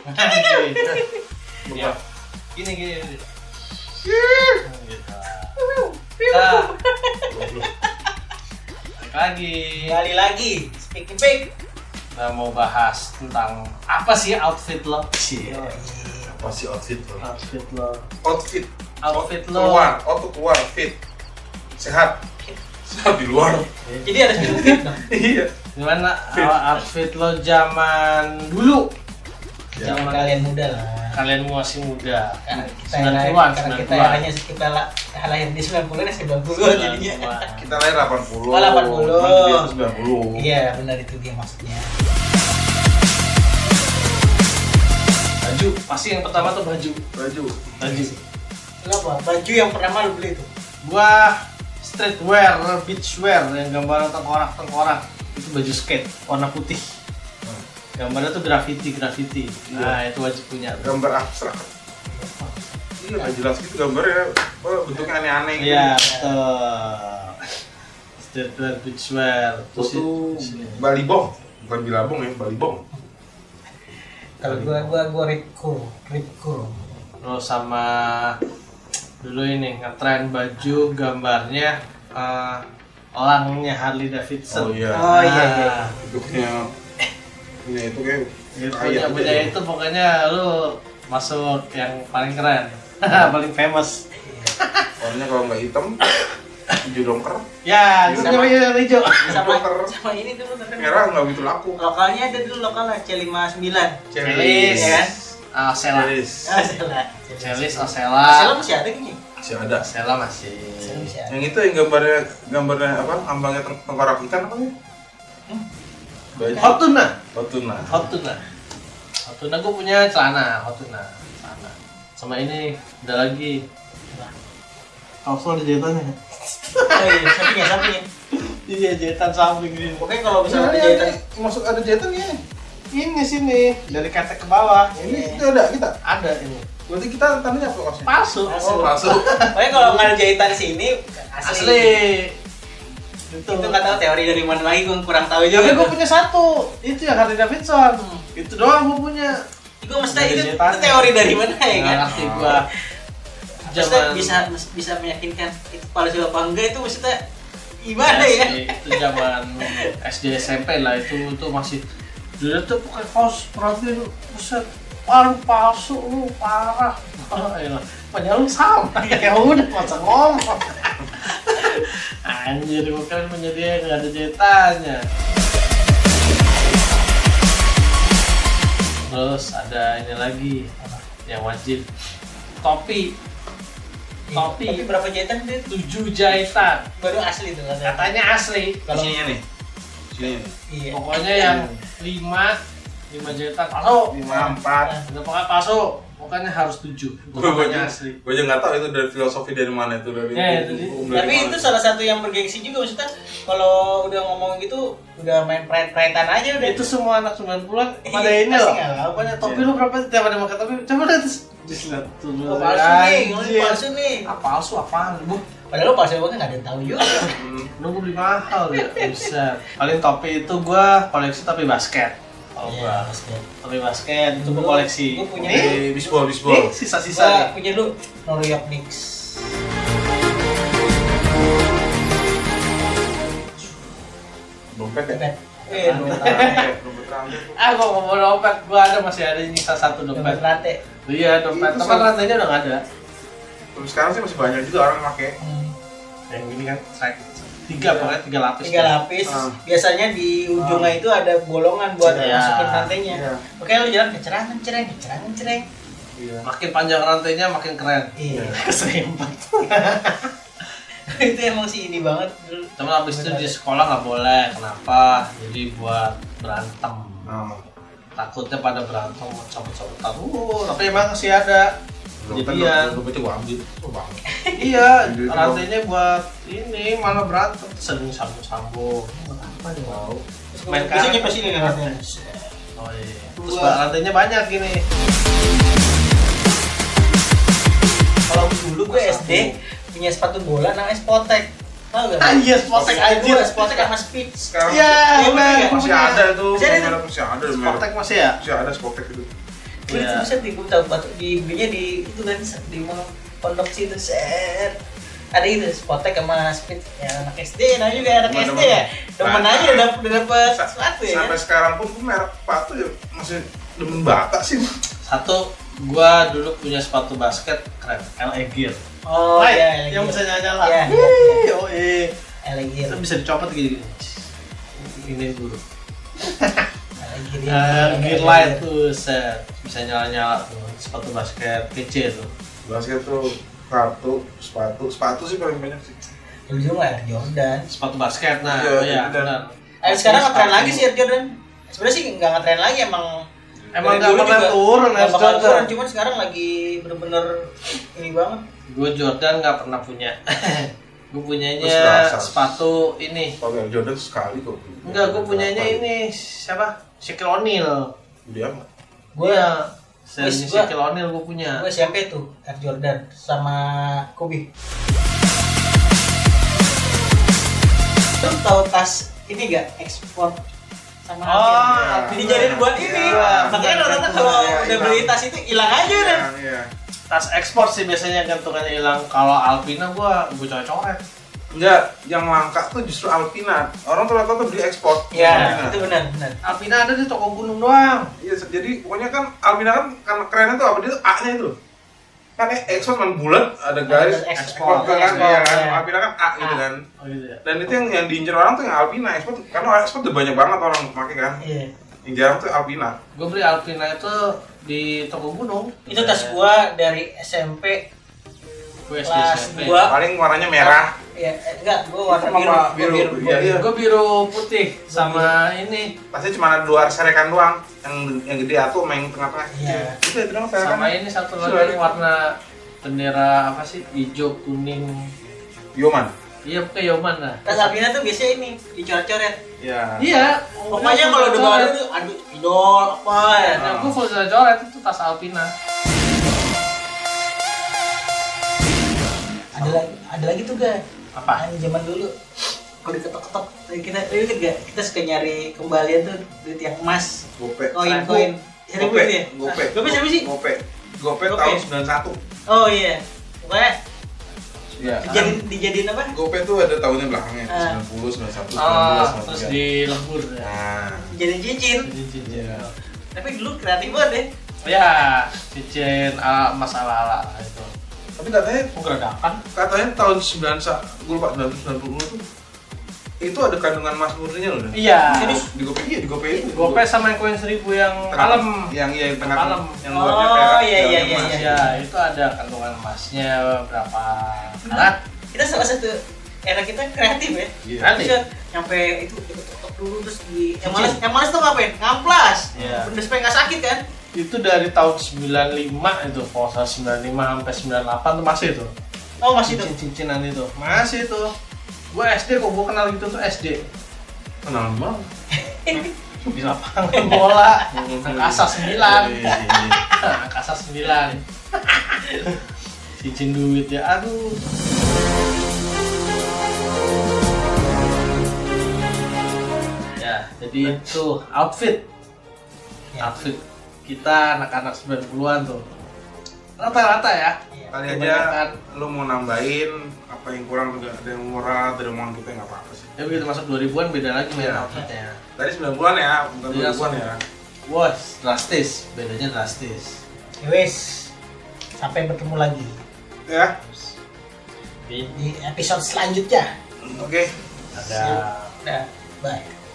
Iya. Gini. Gitu. Kali lagi. Speak. Kita mau bahas tentang apa sih outfit lo? Apa sih outfit lo? Outfit lo. Keluar fit. Sehat di luar. Jadi harus fit dong. Iya. Gimana outfit lo zaman dulu? Zaman kalian muda lah. Kalian masih muda. Kita lahirnya kita lahir di 90-an 90 jadinya. Kita lahir 80. Oh, 80. 90. Iya, benar itu dia maksudnya. Baju, pasti yang pertama tuh baju. Lu apa? Baju yang pertama lu beli itu? Gua streetwear, beachwear yang gambaran tengkorak. Itu baju skate warna putih. Gambarnya tuh graffiti. Nah, itu wajib punya. Gambar abstrak. Iya, nggak jelas gitu gambarnya. Bentuknya aneh-aneh gitu. Iya, betul. Streetwear, beachwear. Terus Itu Bali Bong, bukan Bilabong ya, Bali Bong. Kalau gua Ripco. Terus sama dulu ini ngetren baju gambarnya orangnya Harley Davidson. Oh iya. Bentuknya itu kayak punya itu pokoknya lu masuk yang paling keren. Paling famous. warnanya kalau nggak hitam hijau dongker. Ya, gue punya yang hijau. Sama ini dulu kan. Merah nggak begitu laku. Lokalnya ada dulu lokalnya C59. Celis, ya kan? Osela. Celis. Osela. Masih ada gini. Masih ada. Osela masih. Yang itu yang gambarnya apa? Ambangnya tengkorak ikan apa ya? Hot tuna. Gue punya celana hot tuna. Sama ini ada lagi. Kaos lo ada jahitannya. Sampingnya. Iya, jahitan samping ini. Pokoknya kalau misalnya ada jahitan, Masuk ada jahitan ya? Ini sini dari ketek ke bawah. Itu ada kita. Ada ini. Berarti kita tandanya apa kaosnya? Palsu. Oh, palsu. pokoknya kalau nggak ada jahitan sini Asli. Itu nggak tahu teori dari mana lagi, gue kurang tahu Tapi juga. gue punya satu. Itu yang Harley Davidson. Itu doang gue punya. Gue maksudnya itu teori dari mana ya kan? Ngerti gue. Maksudnya bisa meyakinkan itu palsu apa enggak, itu maksudnya gimana ya? Itu zaman SD SMP lah, itu masih dulu tuh pakai kaos profil buset palsu lu parah. Padahal lu sama ya udah masa ngomong. Anjir, gue kan punya dia nggak ada jahitannya. Terus ada ini lagi yang wajib, topi. Tapi berapa jahitan dia? 7 jahitan. Baru asli tuh Katanya asli. Kalau sini nih. Iya. Pokoknya yang 5 jahitan palsu. 5, 4. Udah pokoknya palsu. Pokoknya harus 7. Pokoknya asli. Gue aja nggak tahu itu dari filosofi dari mana itu dari. Tapi itu salah satu yang bergengsi juga, maksudnya kalau udah ngomong gitu udah main pride-pridean aja udah. Itu semua anak 90-an pada Iya, ini pasti loh. nggak tahu. Pokoknya topi lu berapa tiap ada pakai topi. Coba lihat dilihat tuh. Oh, palsu nih, ngomongin palsu nih. Palsu apaan? Bu, Padahal palsu banget nggak ada yang tahu juga. lu beli mahal ya. Bisa. Paling topi itu gua koleksi topi basket. Oh, Iya, topi basket itu gua koleksi. Gua punya Bisbol. Nih, sisa-sisa Gua nih. punya lu New York Knicks. Dompet ya? Dompet. Dompet rambut. Gua nggak mau dompet. Gua masih ada nyisa satu Dompet dompet. rante. Iya, dompet. Itu Teman sih. rantainya udah nggak ada. Terus sekarang sih masih banyak juga orang pakai. Yang ini kan track 3, pokoknya 3 lapis. 3 lapis. Biasanya di ujungnya itu ada bolongan buat Iya. masukin rantainya. Iya. Oke, lu jalan kecereng. Iya. Makin panjang rantainya makin keren. Iya. Keserempet. Itu emang sih ini banget. Cuma abis itu di sekolah nggak boleh. Kenapa? Jadi buat berantem. Takutnya pada berantem cabut-cabutan. Tapi emang sih ada. Jadian. Dompetnya gua ambil. Oh, bang. Iya, rantainya buat ini malah berantem. Sering sambung-sambung. Apa nih mau? Main Bisa karet. nyampe sini kan rantainya. Oh iya. Terus rantainya banyak gini. Kalau dulu gue SD punya sepatu bola namanya Spotek. Tahu enggak? Iya, Spotek anjir. Spotek sama Speed. Sekarang Iya, Iya, benar. bener. masih ada tuh. Masih ada tuh. Masih ada. Spotek masih ya? Masih ada Spotek itu. Gue itu bisa gue tahu batu di belinya di itu kan di mall pondok situ set. Ada itu Spotek sama Speed ya anak SD, namanya juga anak SD ya. Demen aja udah dapet sepatu ya. Sampai sekarang pun gue merek sepatu ya masih demen Bata sih. Satu, gua dulu punya sepatu basket keren, LA Gear. Oh iya, yang bisa nyala. Iya. Oh iya. LA Gear. Itu bisa dicopot gini-gini. Ini guru. LA Gear light tuh set, bisa nyala-nyala tuh. Sepatu basket kece tuh. Basket tuh sepatu sih paling banyak sih. Dulu mah Air Jordan. Sepatu basket, nah Iya, iya dan- benar. Sekarang ngetren lagi sih Air Jordan. Sebenarnya sih nggak ngetren lagi emang Emang dari nggak dulu pernah juga turun nggak Air bakal Jordan. turun, cuman sekarang lagi bener-bener ini banget. Gue Jordan nggak pernah punya. Gue Terus punyanya berasa. sepatu ini. Kalau Jordan sekali kok. Enggak, gue punyanya ini siapa? Shaquille O'Neal. Dia mah. Iya, Wes, serinya gua- Shaquille O'Neal gue punya. Gue SMP tuh Air Jordan sama Kobe. Lu tahu tas ini gak ekspor sama Alvin? Dijadiin buat ini. Iya. Makanya rata-rata kalau udah beli tas itu hilang aja udah. Iya. Tas ekspor sih biasanya gantungannya hilang. Kalau Alpina gue coret-coret. Enggak, yang langka tuh justru Alpina. Orang tuh rata-rata beli ekspor. Iya, itu benar. Alpina ada di toko gunung doang. Iya, jadi pokoknya kan Alpina kan karena kerennya tuh apa dia tuh A-nya itu loh. Kan ekspor kan bulat, ada garis Ekspor, ekspor kan, ekspor, iya kan. ya. Alpina kan A gitu kan. Oh gitu ya. Dan itu yang diincar orang tuh yang Alpina ekspor karena ekspor udah banyak banget orang pakai kan. Iya. Yang jarang tuh Alpina. Gue beli Alpina itu di toko gunung. Itu tas gua dari SMP Gue SD kelas SMP. 2. Paling warnanya merah. Iya, enggak, gua warna Sama biru. biru. Iya, iya. Gue biru putih sama ini Pasti cuma ada dua serekan doang. Yang gede atau main tengah-tengah. Iya. Itu ya bilang serekan. sama ini satu lagi Serekan. yang warna bendera apa sih? Hijau, kuning. Yoman. Iya, pakai Yoman lah. Tas Alpina tuh biasanya ini dicoret-coret. Iya. Iya. Pokoknya kalau udah baru tuh aduh idol apa ya. Nah, gue full coret itu tas Alpina. Ada lagi tuh gak? Apa? Yang zaman dulu kalau diketok-ketok kita inget gak? Kita suka nyari kembalian tuh duit yang emas, Gope. koin-koin. Seribu Gope. gitu ya? Gope. Gope siapa sih? Gope. Gope Gope. tahun 91. Oh iya. Pokoknya Iya. dijadiin apa? Gope tuh ada tahunnya belakangnya. Ah. 90, 91, 19, Ah, terus 93. dilebur ya. Nah, Dijadiin cincin. Cincin. iya. Tapi dulu kreatif banget deh. Ya, cincin emas ala-ala itu. Tapi katanya Penggeradakan. tahun 90, gue lupa 90 tuh itu ada kandungan emas murninya loh. Dan. Iya. Di Gope iya, di Gope itu. Gope sama yang koin 1000 yang kalem. Yang iya yang tengah Kalem. yang Oh, luarnya perak. iya, dalamnya iya, emas. iya. Ya, itu ada kandungan emasnya berapa karat. Kita salah satu era kita kreatif ya. Iya. Kreatif. Bisa nyampe itu diketok dulu terus di yang malas tuh ngapain? Ngamplas. Iya. Bener supaya nggak sakit kan? Itu dari tahun 95 itu, kalau salah 95 sampai 98 tuh masih itu. Oh masih tuh. Cincin-cincinan itu. Masih itu. Gue SD kok, gue kenal gitu tuh SD. Kenal banget. Di lapangan bola. Angkasa 9. Iya. Angkasa 9. Cincin duit ya, aduh. Ya, jadi itu outfit. Ya. Outfit kita anak-anak 90-an tuh. Rata-rata ya. Kali aja Kebanyakan. lu mau nambahin apa yang kurang juga ada yang murah dari omongan kita nggak apa-apa sih. Ya begitu masuk 2000-an beda lagi main Iya. outfitnya. Tadi 90-an ya, bukan Iya, 2000-an ya. Wah, drastis. Bedanya drastis. Ya wes. Sampai bertemu lagi Ya, Di di episode selanjutnya. oke. ada Nah, bye.